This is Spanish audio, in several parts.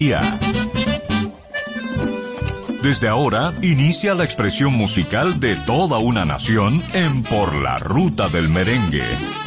Desde ahora, inicia la expresión musical de toda una nación en Por la Ruta del Merengue.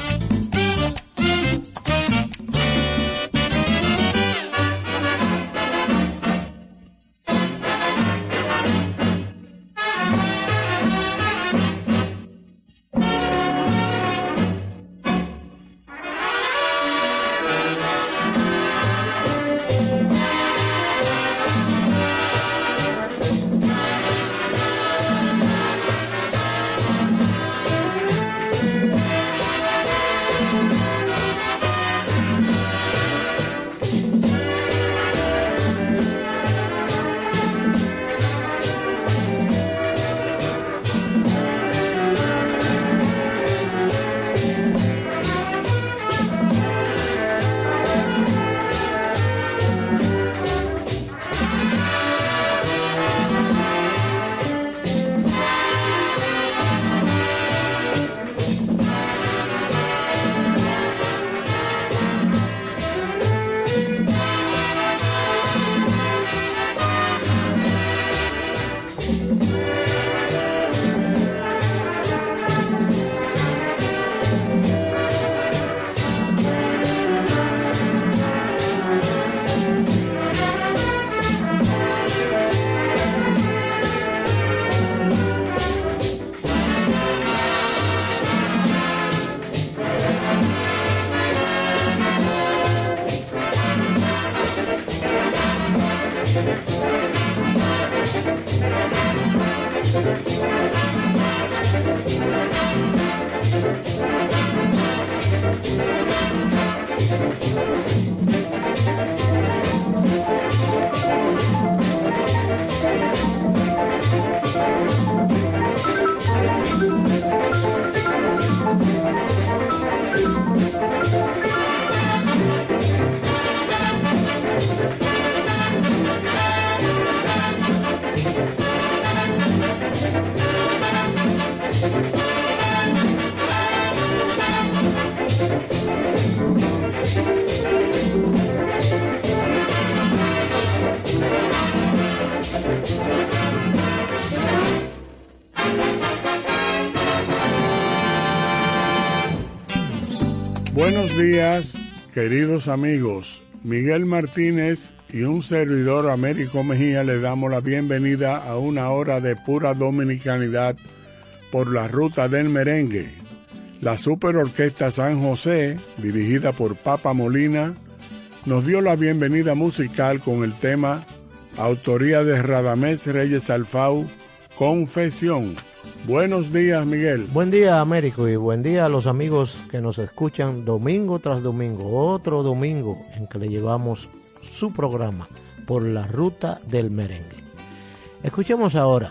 Buenos días, queridos amigos. Miguel Martínez y un servidor, Américo Mejía, le damos la bienvenida a una hora de pura dominicanidad por la Ruta del Merengue. La Superorquesta San José, dirigida por Papa Molina, nos dio la bienvenida musical con el tema, autoría de Radamés Reyes Alfau, Confesión. Buenos días, Miguel. Buen día, Américo, y buen día a los amigos que nos escuchan domingo tras domingo, otro domingo en que le llevamos su programa por la Ruta del Merengue. Escuchemos ahora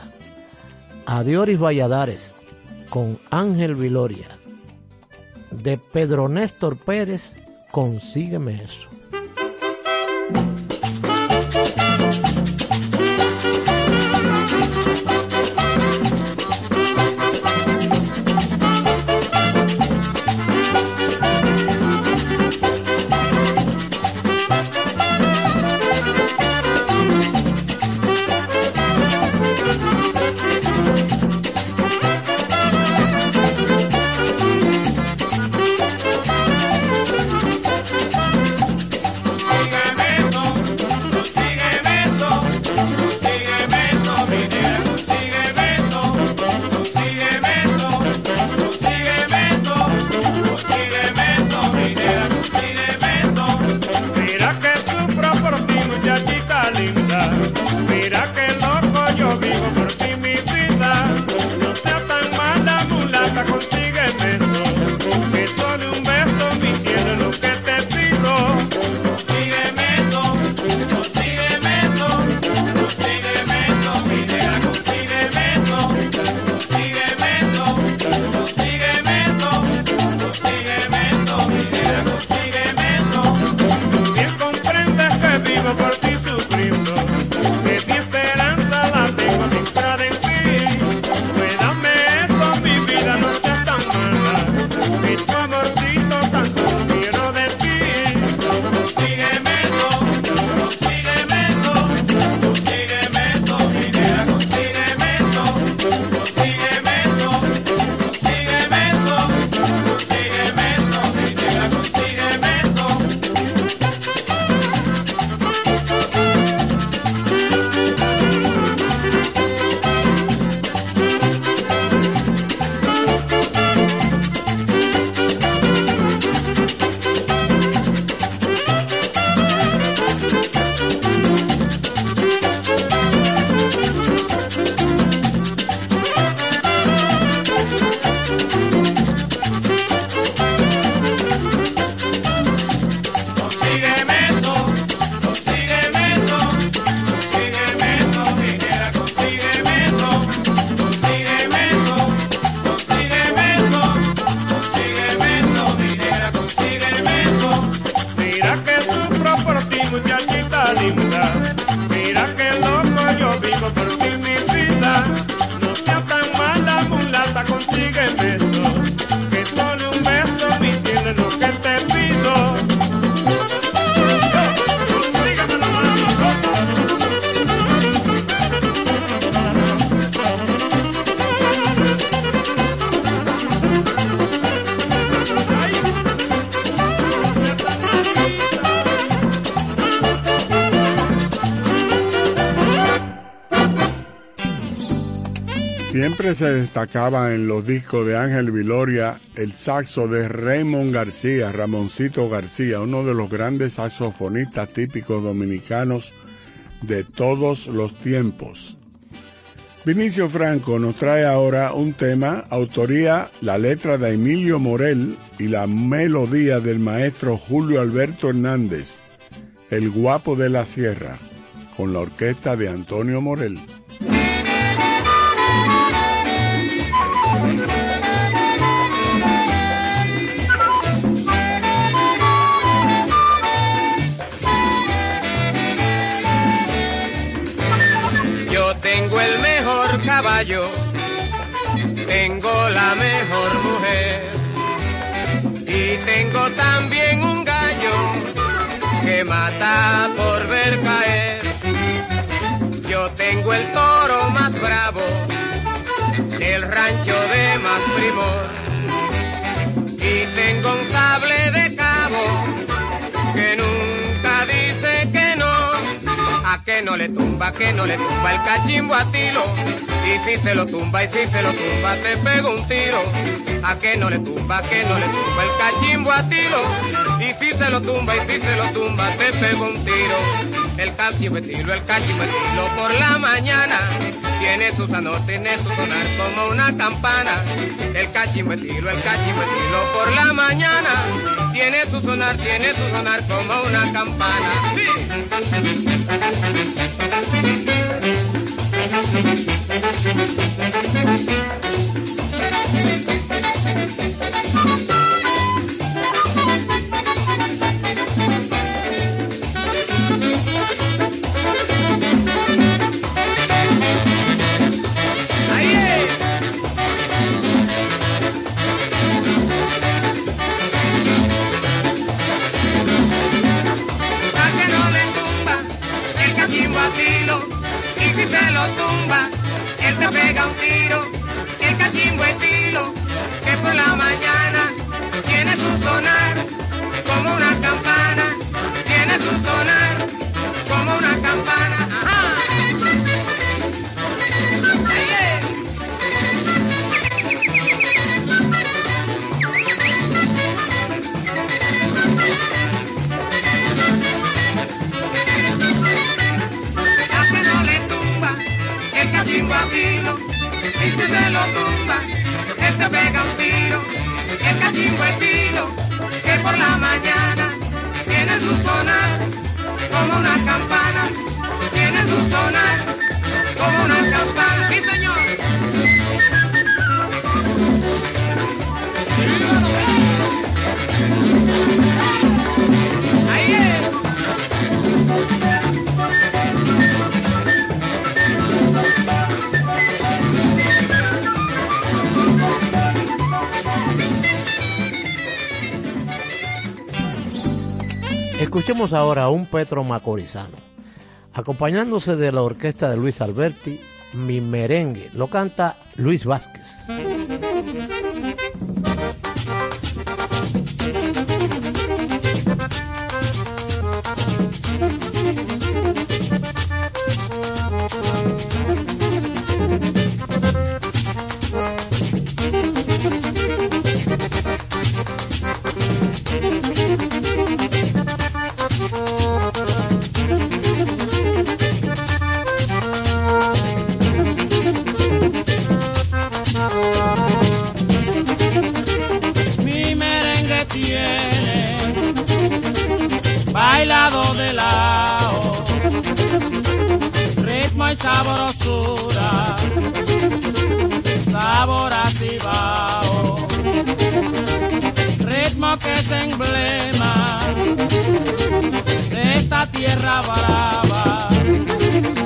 a Dioris Valladares con Ángel Viloria, de Pedro Néstor Pérez, Consígueme Eso. mira que loco yo vivo por ti mi vida. No sea tan mala mulata, consígueme eso, que solo un beso mi cielo es lo que te pido. Siempre se destacaba en los discos de Ángel Viloria el saxo de Raymond García, Ramoncito García, uno de los grandes saxofonistas típicos dominicanos de todos los tiempos. Vinicio Franco nos trae ahora un tema, autoría, la letra de Emilio Morel y la melodía del maestro Julio Alberto Hernández, El Guapo de la Sierra, con la orquesta de Antonio Morel. Tengo el mejor caballo, tengo la mejor mujer y tengo también un gallo que mata por ver caer. Yo tengo el toro más bravo, el rancho de más primor y tengo un sable de cabo que nunca dice que no. A que no le tumba el cachimbo a tiro. Y si se lo tumba, te pego un tiro. A que no le tumba el cachimbo a tiro. Y si se lo tumba, te pego un tiro. El cachimbo por la mañana tiene su sonar como una campana. El cachimbo por la mañana tiene su sonar como una campana. Sí. Y si se lo tumba, él te pega un tiro. El cachimbo es tilo, que por la mañana tiene su sonar como una campana. Tiene su sonar como una campana. Ajá. Y si se lo tumba, él te pega un tiro. El cachimbo es tiro, que por la mañana tiene su sonar como una campana. Tiene su sonar como una campana. ¡Sí, señor! Ahí es. Escuchemos ahora a un Petro macorizano, acompañándose de la orquesta de Luis Alberti, Mi Merengue. Lo canta Luis Vázquez. bailado de lado, ritmo y sabrosura, sabor a cibao, ritmo que es emblema de esta tierra brava.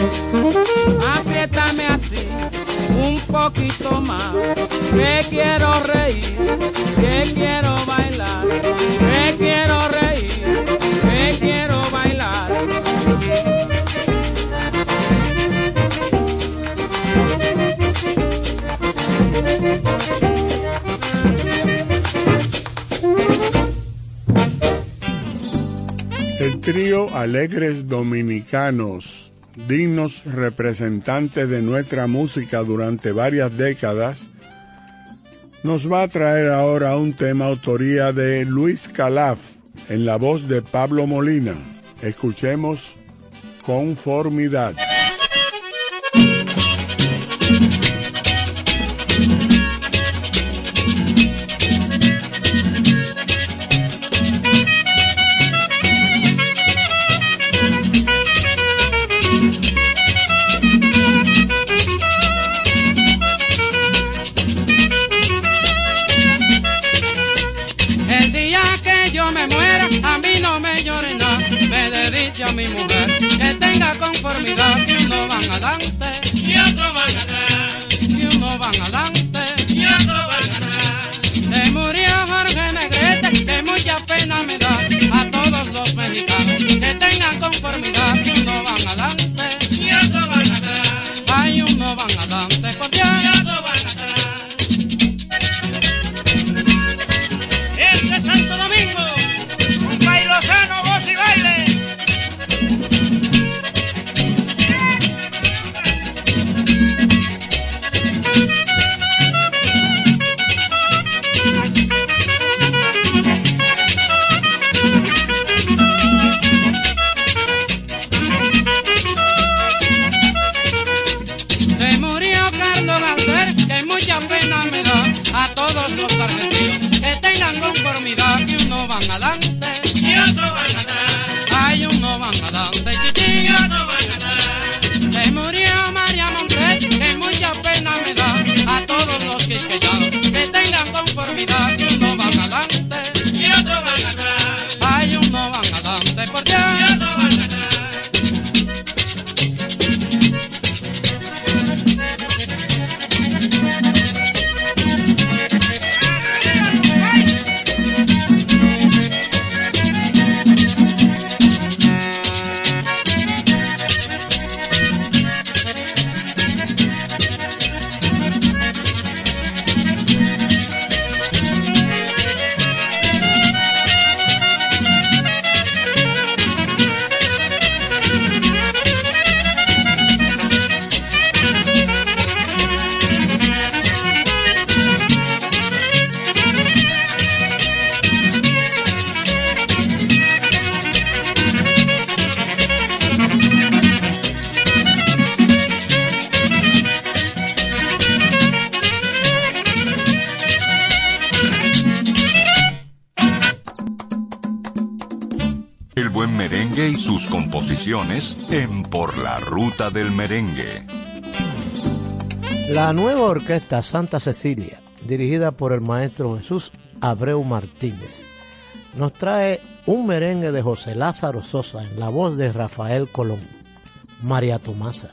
Apriétame así, un poquito más, que quiero reír, que quiero bailar, que quiero reír, que quiero bailar. El trío Alegres Dominicanos, dignos representantes de nuestra música durante varias décadas, nos va a traer ahora un tema autoría de Luis Calaf en la voz de Pablo Molina. Escuchemos Conformidad. A mi mujer que tenga conformidad, que uno van adelante y otro van atrás, que uno van adelante y otro van atrás. Se murió Jorge Negrete, que mucha pena me da a todos los mexicanos que tengan conformidad, que uno van adelante y otro van atrás, ay, uno van adelante, por Dios, y otro van atrás. Este es Santo Domingo, un país lozano, voz y baile. los argentinos que tengan conformidad, que uno van adelante y otro van atrás. Hay uno van adelante, chiquillo, y otro van atrás. se murió María Montes, que mucha pena me da a todos los quisqueyanos que tengan conformidad, que uno van adelante y otro van atrás. Hay uno van adelante, por Dios, y otro van atrás. El buen merengue y sus composiciones en Por la Ruta del Merengue. La nueva orquesta Santa Cecilia, dirigida por el maestro Jesús Abreu Martínez, nos trae un merengue de José Lázaro Sosa en la voz de Rafael Colón, María Tomasa.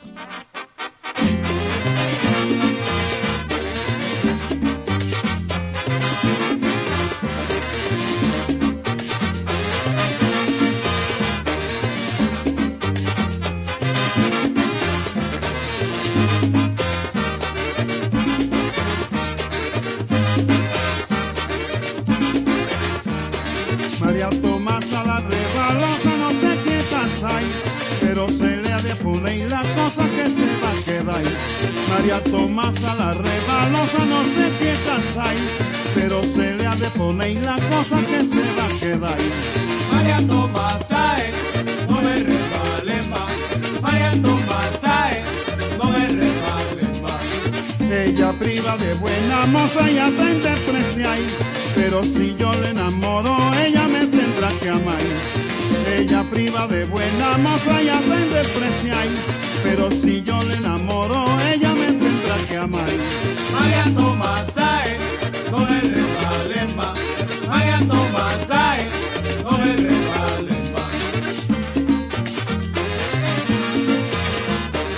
María Tomasa la rebalosa, no sé qué pasa ahí, pero se le ha de poner la cosa que se va a quedar. María Tomasa la rebalosa, no sé qué pasa ahí, pero se le ha de poner la cosa que se va a quedar. María Tomasa, no me resbales más, María Tomasa, no me resbales más. Ella priva de buena moza y hasta en despreciar, pero si yo le enamoro, ella me tendrá que amar. Ella priva de buena moza y hasta en despreciar, pero si yo le enamoro, ella me tendrá que amar. María Tomasa, no me resbales más, María Tomasa, no me resbales más.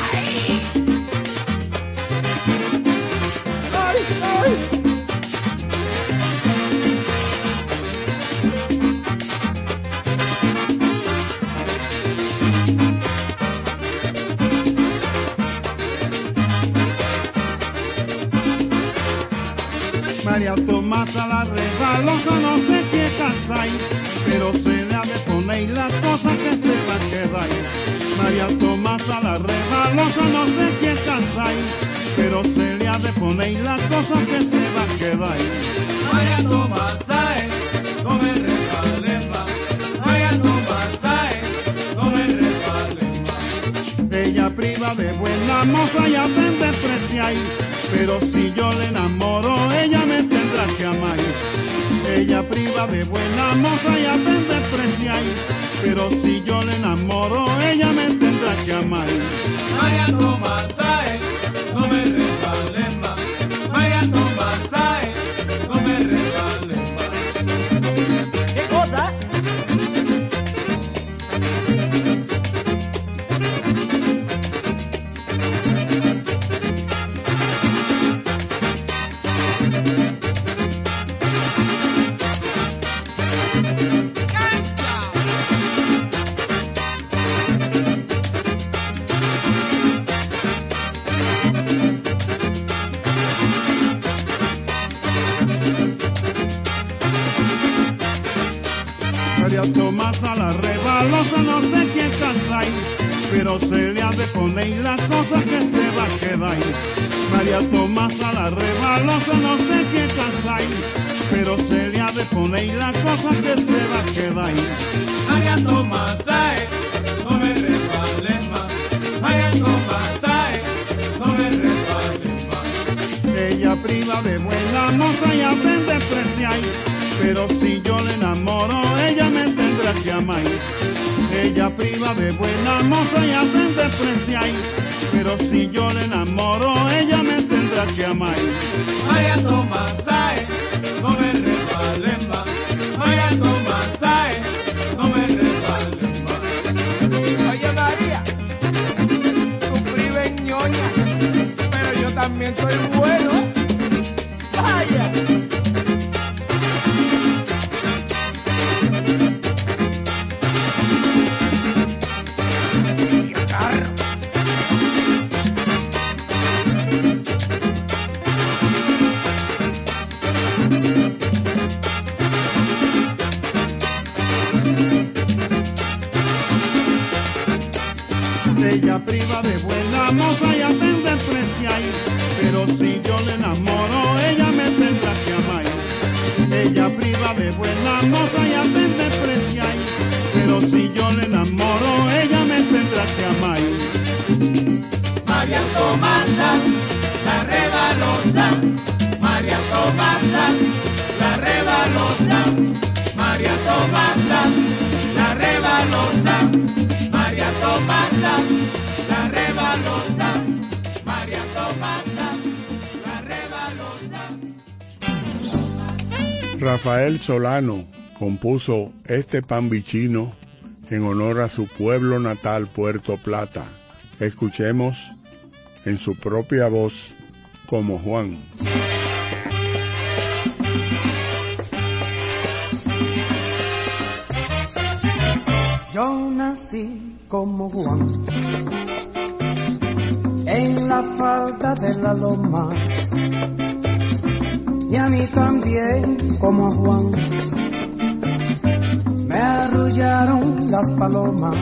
María Tomasa la resbalosa no se quiere casar, pero se le ha de poner la cosa que se va a quedar. María Tomasa la resbalosa no se quiere casar, pero se le ha de poner la cosa que se va a quedar. María Tomasa no me regales más, María Tomasa no me regales más. Ella priva de buena moza y aprende a despreciar, pero si yo le enamoro ella me tendrá que amar. Ella priva de buena moza y aprende a despreciar, pero si yo le enamoro ella me tendrá que amar. María Tomasa no me regales más, María Tomasa no me regales más. ¿Qué cosa? Tomasa la resbalosa no se quiere casar, pero se le ha de poner la cosa que se va a quedar. María Tomasa la resbalosa no se quiere casar, pero se le ha de poner la cosa que se va a quedar. María Tomasa no me regales más, María Tomasa no me regales más. Ella priva de buena moza y aprende a despreciar, pero si yo le enamoro ella me tendrá que amar. Ella priva de buena moza y aprende a despreciar, pero si yo le enamoro ella me tendrá que amar. María Tomasa no me regales más, María Tomasa no me regales más. Oye María, tú prives ñoña, pero yo también soy bueno. Vaya. Ella priva de buena moza y aprende a despreciar, pero si yo le enamoro ella me tendrá que amar. Ella priva de buena moza y aprende a despreciar, pero si yo le enamoro ella me tendrá que amar. María Tomasa la resbalosa, María Tomasa la resbalosa, María Tomasa la resbalosa, María Tomasa la resbalosa, María Tomasa la resbalosa. Rafael Solano compuso este pambichino en honor a su pueblo natal, Puerto Plata. Escuchemos en su propia voz, Como Juan. Yo nací como Juan en la falda de la loma, y a mí también como a Juan me arrullaron las palomas.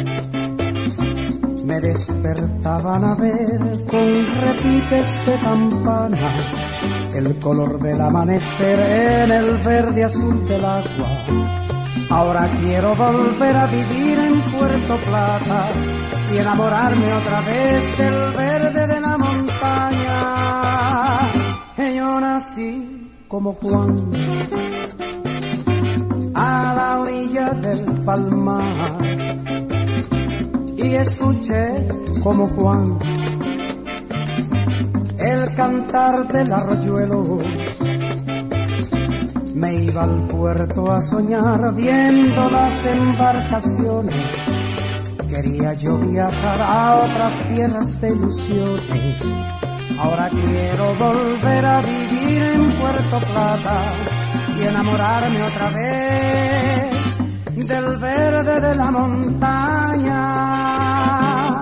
Me despertaban a ver con repiques de campanas el color del amanecer en el verde azul del agua. Ahora quiero volver a vivir en Puerto Plata y enamorarme otra vez del verde de la montaña. Yo nací como Juan a la orilla del palmar, y escuché como Juan el cantar del arroyuelo. Me iba al puerto a soñar viendo las embarcaciones. Quería yo viajar a otras tierras de ilusiones. Ahora quiero volver a vivir en Puerto Plata y enamorarme otra vez del verde de la montaña.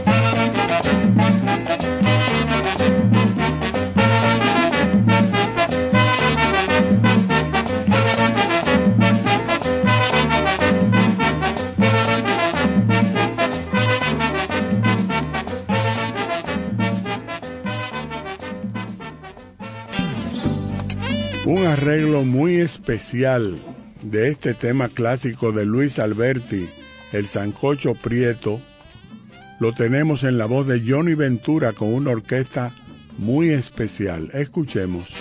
arreglo muy especial de este tema clásico de Luis Alberti, El Sancocho Prieto, lo tenemos en la voz de Johnny Ventura con una orquesta muy especial. Escuchemos.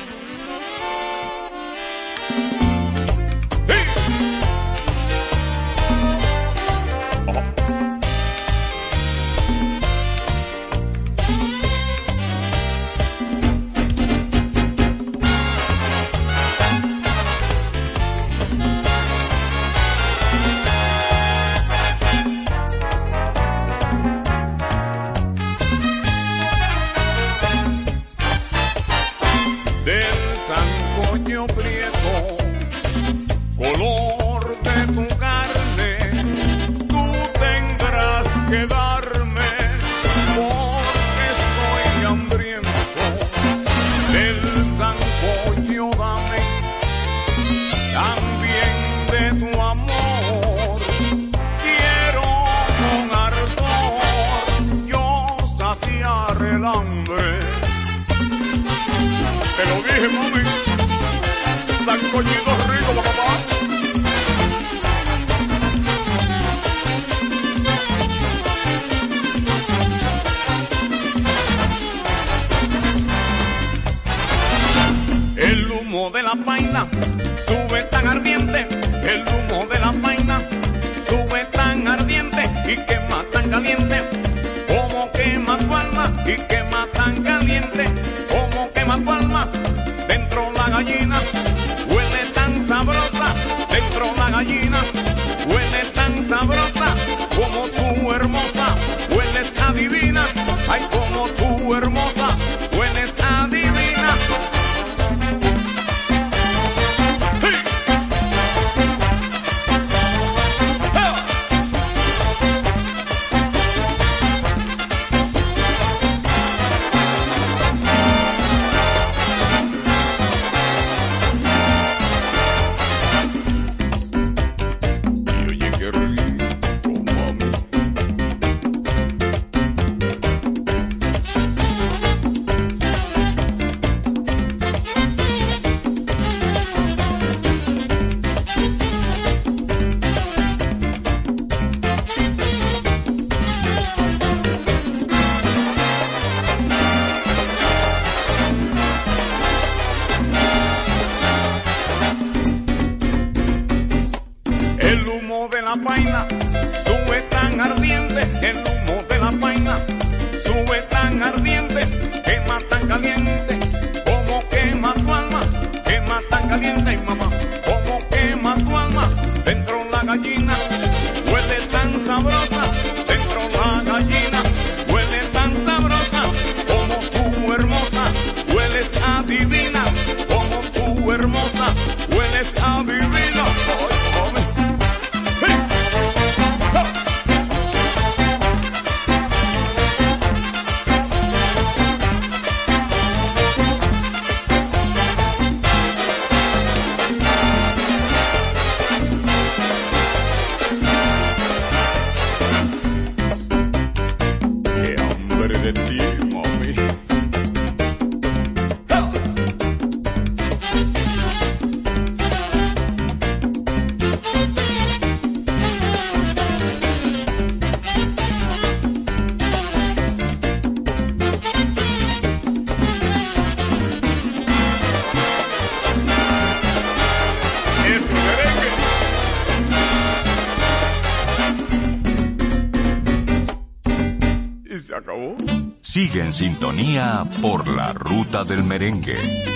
Sigue en sintonía por la ruta del merengue.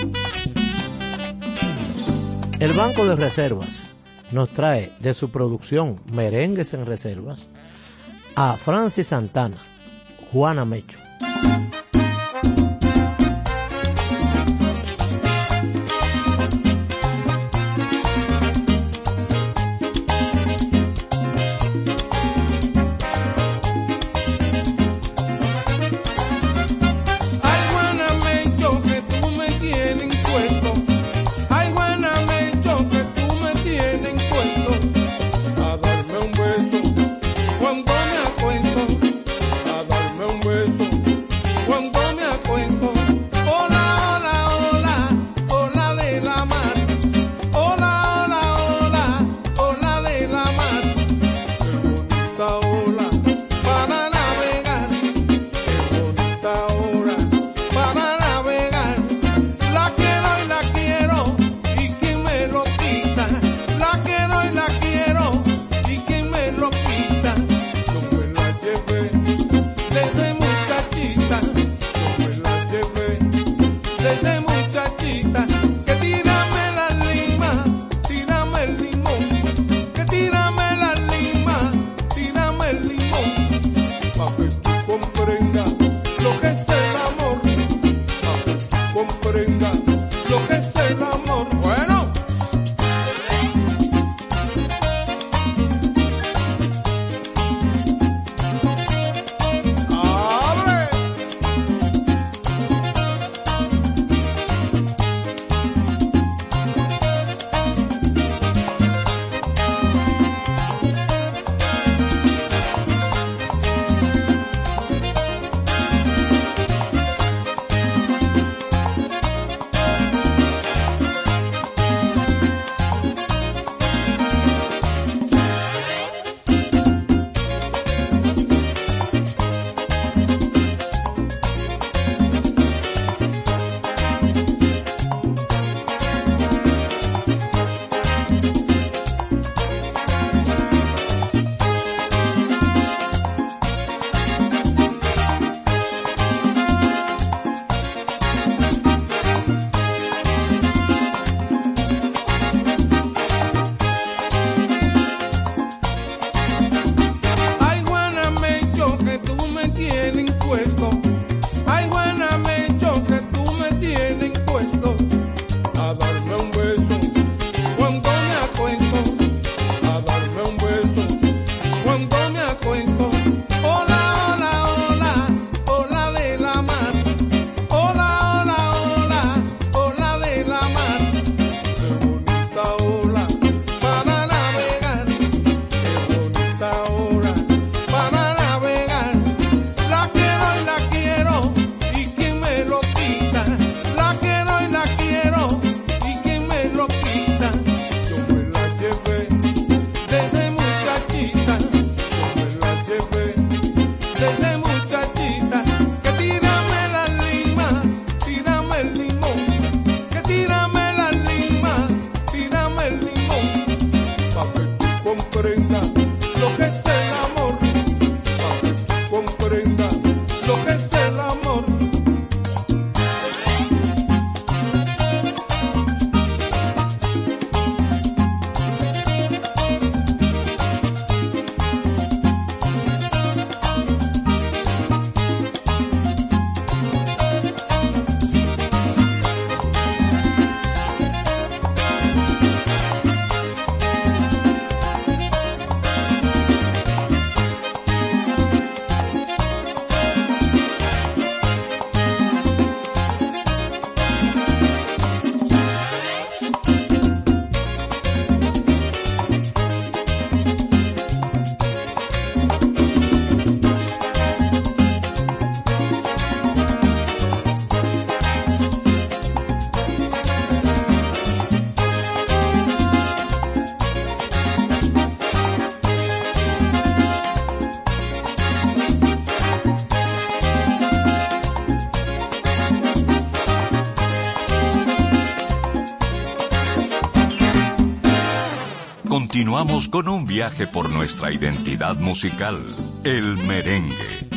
El Banco de Reservas nos trae de su producción Merengues en Reservas a Francis Santana, Juana Mecho. Cuando comprenda lo que es el amor, para que comprenda lo que es el amor. Continuamos con un viaje por nuestra identidad musical, el merengue.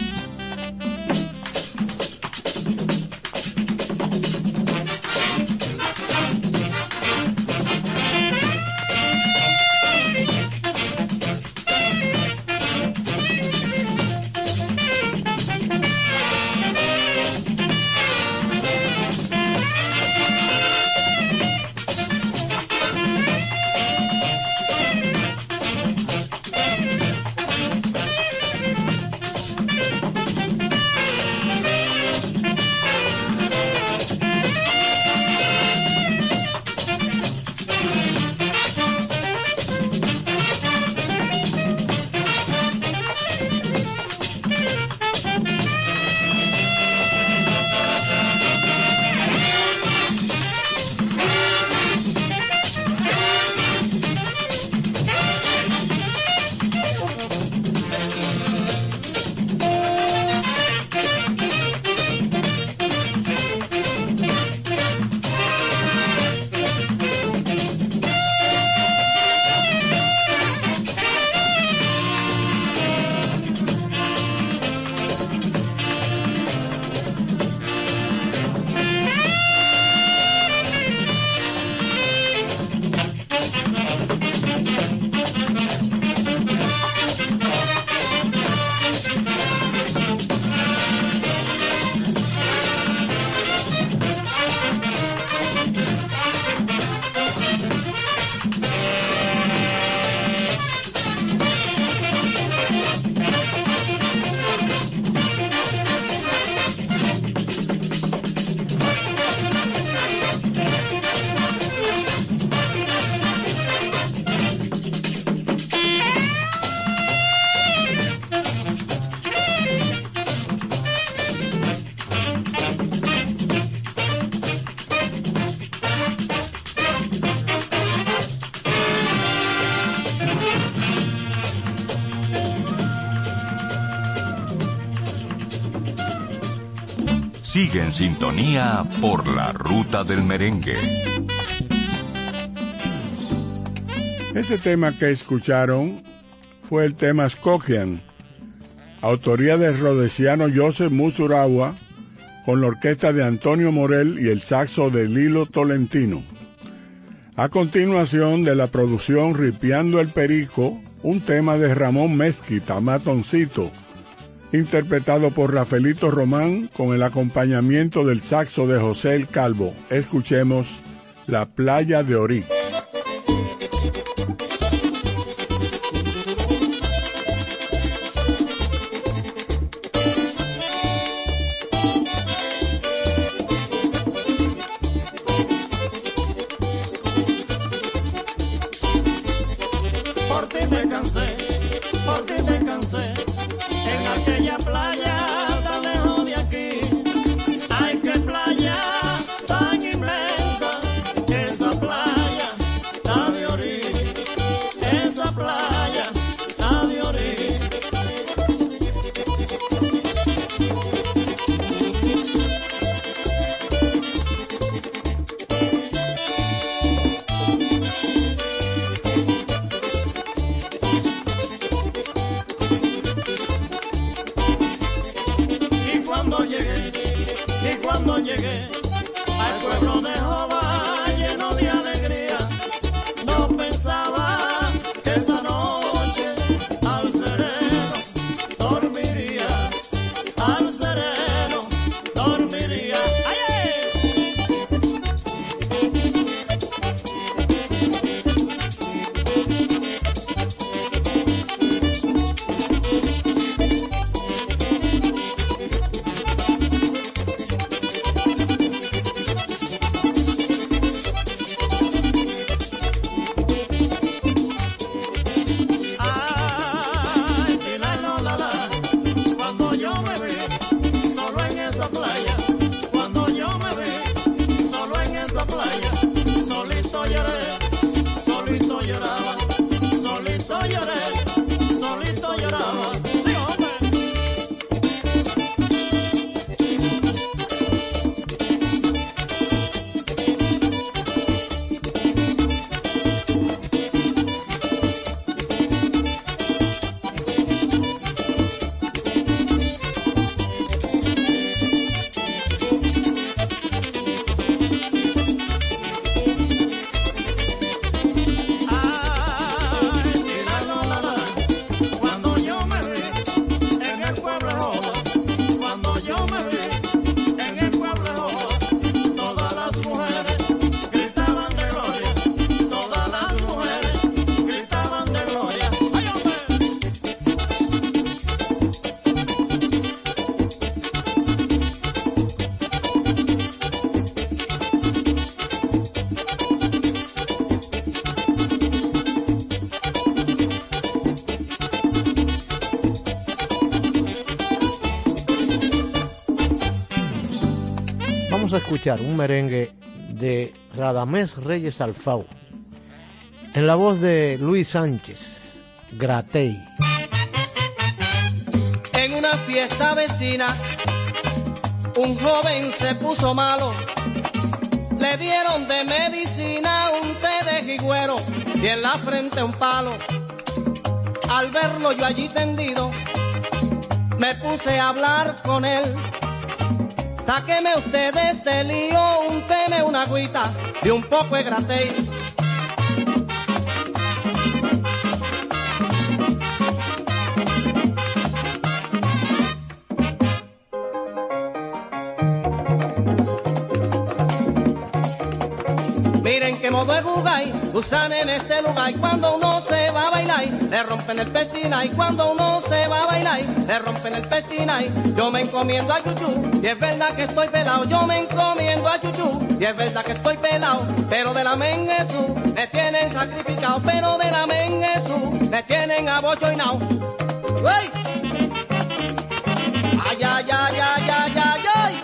Sigue en sintonía por la ruta del merengue. Ese tema que escucharon fue el tema Skokian, autoría del rhodesiano Joseph Musuragua, con la orquesta de Antonio Morel y el saxo de Lilo Tolentino. A continuación de la producción Ripiando el Perico, un tema de Ramón Mezquita, Matoncito, interpretado por Rafaelito Román con el acompañamiento del saxo de José el Calvo. Escuchemos La Playa de Orí. llegué al pueblo de Jova lleno de alegría, no pensaba que esa noche al sereno dormiría, al sereno dormiría. Vamos a escuchar un merengue de Radamés Reyes Alfau en la voz de Luis Sánchez, Gratey. En una fiesta vecina, un joven se puso malo. Le dieron de medicina un té de jigüero y en la frente un palo. Al verlo yo allí tendido, me puse a hablar con él. Sáqueme usted de este lío, únteme una agüita y un poco de Gratey. Miren qué modo de bugay usan en este lugar. Cuando uno se va a bailar, le rompen el petinay. Cuando uno se va a bailar, le rompen el petinay. Yo me encomiendo a Chuchu y es verdad que estoy pelado. Yo me encomiendo a Chuchu y es verdad que estoy pelado. Pero de la Menguesú me tienen sacrificado. Pero de la Menguesú me tienen abochoinao. ¡Uy! ¡Ay, ay, ay, ay, ay, ay, ay!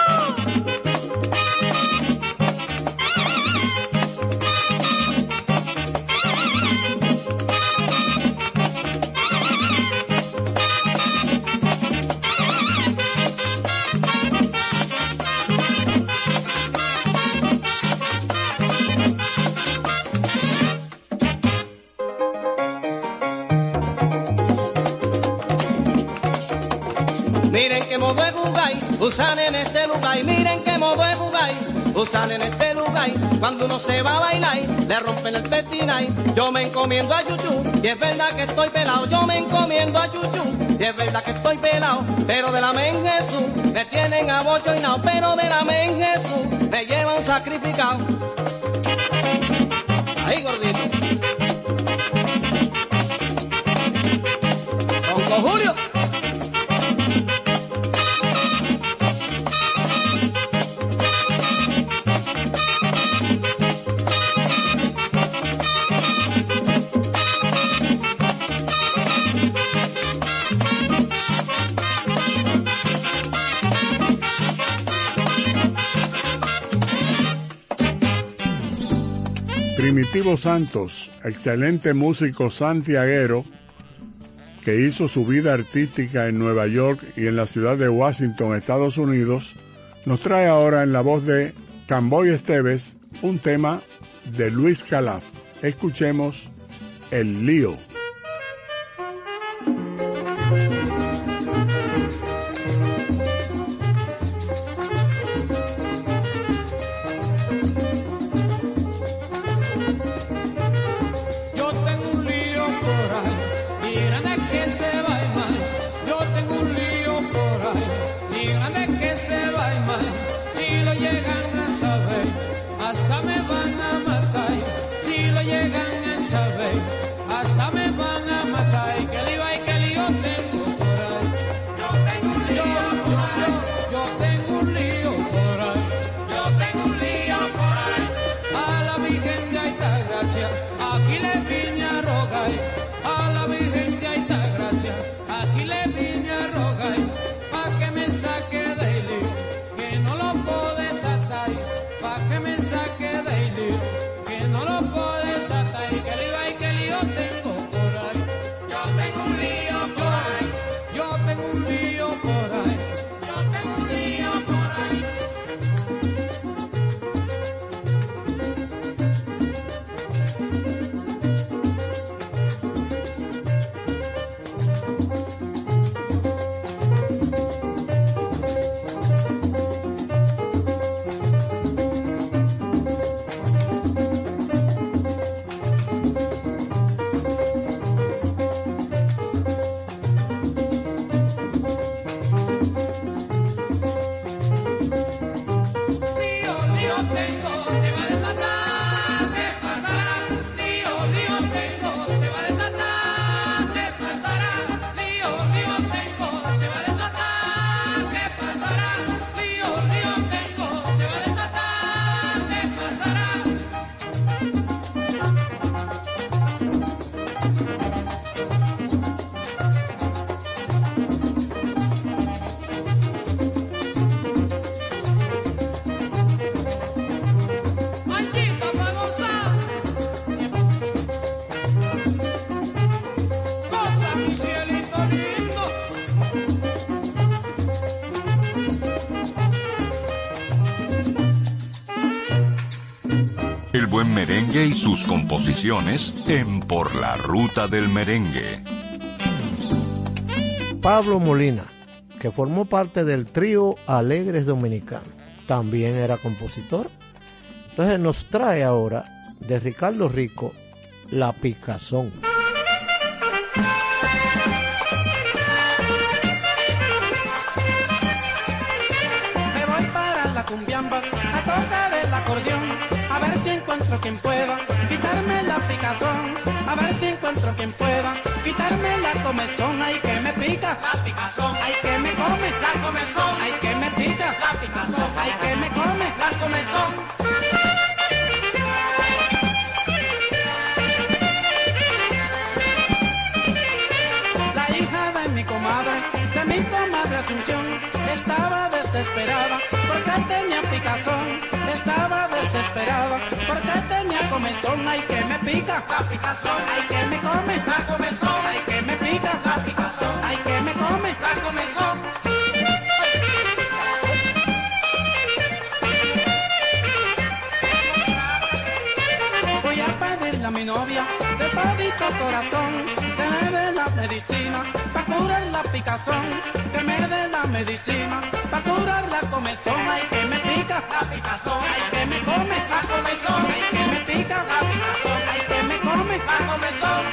Miren qué modo de bugay usan en este lugar. Miren qué modo de bugay usan en este lugar. Cuando uno se va a bailar, le rompen el petinay. Yo me encomiendo a Chuchu y es verdad que estoy pelado. Yo me encomiendo a Chuchu y es verdad que estoy pelado. Pero de la Menguesú me tienen abochoinao. Pero de la Menguesú me llevan sacrificado. Ahí, gordito. Don Julio. Primitivo Santos, excelente músico santiaguero que hizo su vida artística en Nueva York y en la ciudad de Washington, Estados Unidos, nos trae ahora en la voz de Camboy Esteves un tema de Luis Calaf. Escuchemos El Lío. el buen merengue y sus composiciones en Por la Ruta del Merengue. Pablo Molina, que formó parte del trío Alegres Dominicanos, también era compositor. Entonces nos trae ahora de Ricardo Rico La Picazón. Me voy para la cumbiamba a tocar el acordeón, a ver si encuentro quien pueda quitarme la picazón, a ver si encuentro quien pueda quitarme la comezón. Ay, que me pica la picazón, ay, que me come la comezón, ay, que me pica la picazón, ay, que me come la comezón. De mi comadre Asunción, estaba desesperada porque tenía picazón, estaba desesperada porque tenía comezón. Ay, que me pica la picazón, ay, que me come la comezón, ay, que me pica la picazón, ay, que me come la comezón. Voy a pedirle a mi novia de todito corazón que me dé la medicina pa' curar la picazón, que me dé la medicina pa' curar la comezón. Ay, que me pica la picazón, ay, que me come la comezón, ay, que me pica la picazón, ay, que me come la comezón.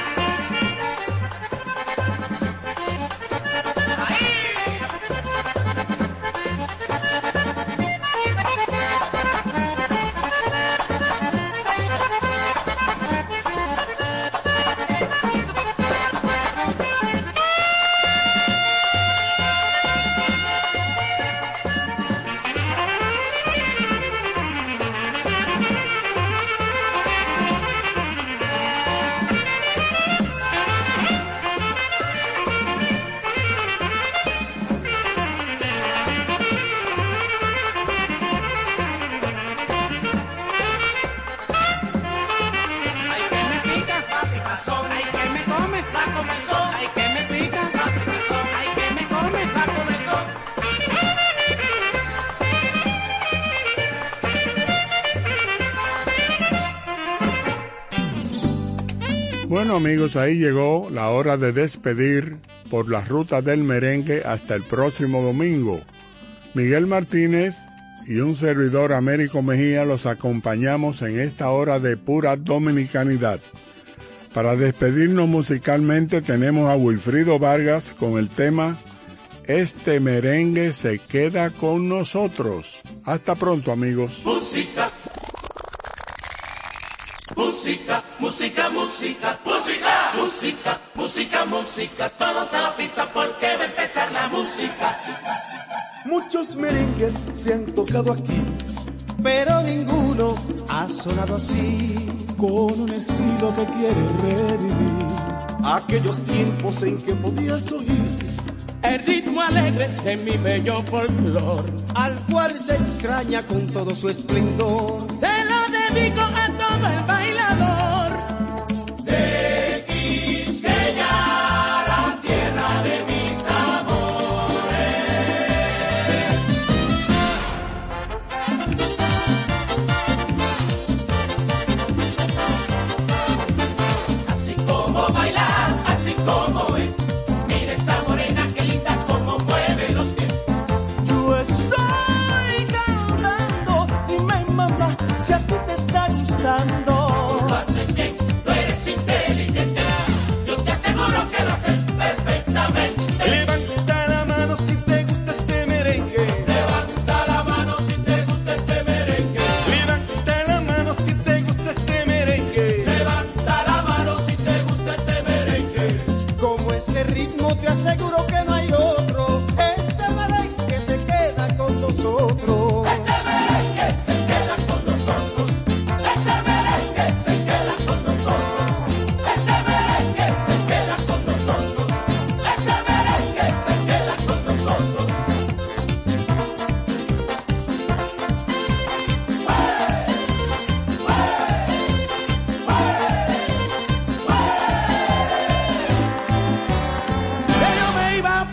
Bueno amigos, ahí llegó la hora de despedir Por la Ruta del Merengue hasta el próximo domingo. Miguel Martínez y un servidor Américo Mejía los acompañamos en esta hora de pura dominicanidad. Para despedirnos musicalmente tenemos a Wilfrido Vargas con el tema Este merengue se queda con nosotros. Hasta pronto amigos. Música. Música, música, música, música, música, música, música, todos a la pista porque va a empezar la música. Muchos merengues se han tocado aquí, pero ninguno ha sonado así, con un estilo que quiere revivir aquellos tiempos en que podías oír el ritmo alegre de mi bello folclor, al cual se extraña con todo su esplendor. Se lo dedico a todo el bailador de Quisqueya, la tierra de mis amores. Así como bailar, así como es. Mira esa morena que linda como mueve los pies. Yo estoy cantando, dime mamá si a ti te está gustando. Lo haces bien, tú eres inteligente. Yo te aseguro que lo haces perfectamente. Levanta la mano si te gusta este merengue. Levanta la mano si te gusta este merengue. Levanta la mano si te gusta este merengue. Levanta la mano si te gusta este merengue. Como este ritmo te aseguro que no hay otro. Este merengue se queda con nosotros. Este merengue se queda con nosotros. Este merengue se queda con nosotros. Este merengue se queda con nosotros. Este merengue se queda con nosotros. que yo me iba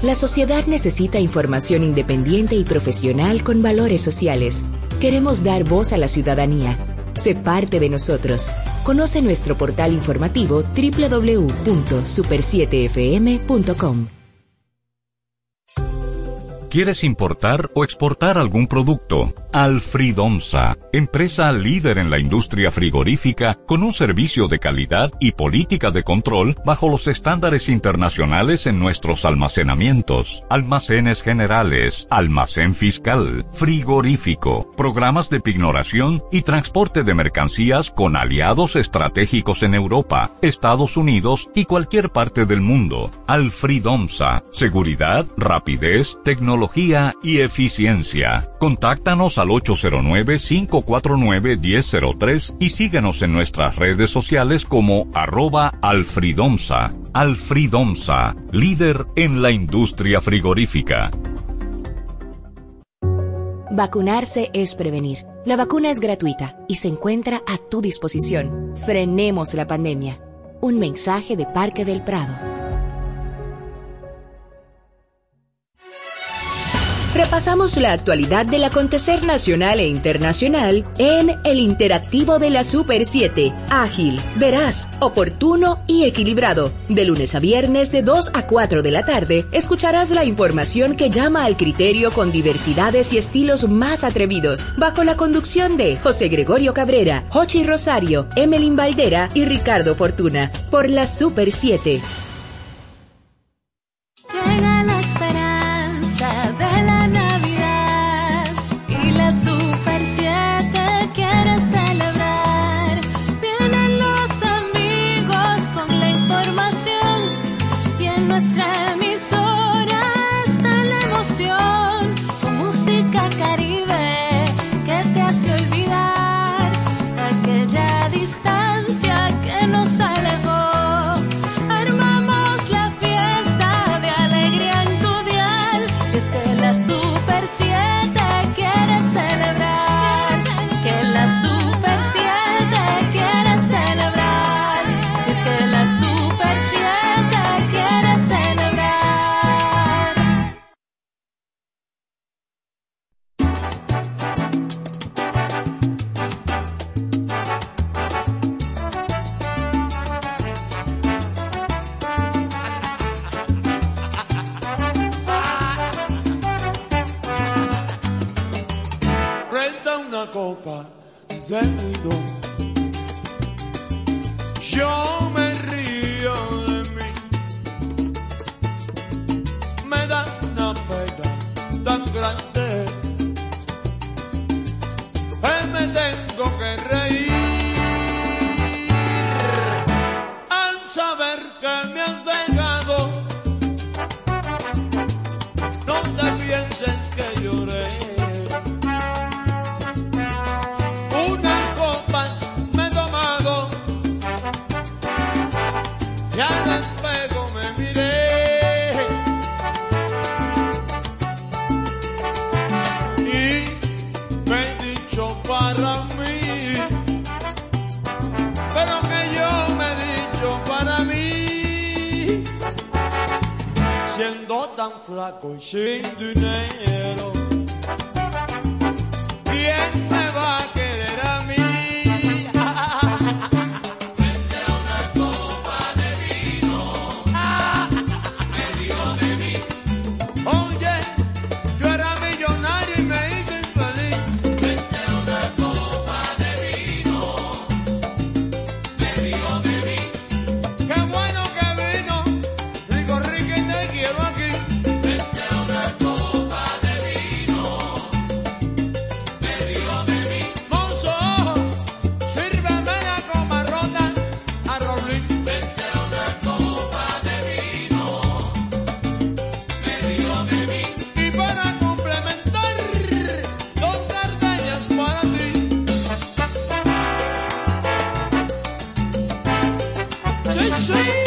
La sociedad necesita información independiente y profesional con valores sociales. Queremos dar voz a la ciudadanía. Sé parte de nosotros. Conoce nuestro portal informativo www.super7fm.com. ¿Quieres importar o exportar algún producto? Alfridomsa, empresa líder en la industria frigorífica con un servicio de calidad y política de control bajo los estándares internacionales en nuestros almacenamientos, almacenes generales, almacén fiscal, frigorífico, programas de pignoración y transporte de mercancías con aliados estratégicos en Europa, Estados Unidos y cualquier parte del mundo. Alfridomsa, seguridad, rapidez, tecnología y eficiencia. Contáctanos al 809-549-1003 y síguenos en nuestras redes sociales como @Alfridomsa. Alfridomsa, líder en la industria frigorífica. Vacunarse es prevenir. La vacuna es gratuita y se encuentra a tu disposición. Frenemos la pandemia. Un mensaje de Parque del Prado. Repasamos la actualidad del acontecer nacional e internacional en El Interactivo de la Super 7. Ágil, veraz, oportuno y equilibrado. De lunes a viernes de 2 a 4 de la tarde, escucharás la información que llama al criterio con diversidades y estilos más atrevidos, bajo la conducción de José Gregorio Cabrera, Jochi Rosario, Emelín Valdera y Ricardo Fortuna, por la Super 7. Llega la esperanza de la Navidad y la Super 7 quiere celebrar. Vienen los amigos con la información y en nuestra emisora está la emoción, con música caribe que te hace olvidar aquella distancia que nos alejó. Armamos la fiesta de alegría en tu dial, es que la Super 7 quiere celebrar, que la Super 7 quiere celebrar, es que la Super 7 quiere celebrar. Renta una copa de vino. Yo me río de mí. Me da una pena tan grande que me tengo que reír al saber que me has dejado. No te pienses que lloré. Unas copas me he tomado y al espejo me miré y me he dicho para mí, pero que yo me he dicho para mí, siendo tan flaco y sin dinero. ¿Quién me va a querer a mí? Frente a una copa de vino, me río de mí. Oye, yo era millonario y me hice infeliz. Frente a una copa de vino, me río de mí. Qué bueno que vino, rico, rico y te quiero aquí. Frente a una copa de vino, me río de mí. Mozo, sírveme la copa rota a Rolín. Frente a una copa de vino, me río de mí. Y para complementar, 2 carteñas para ti. Sí, sí.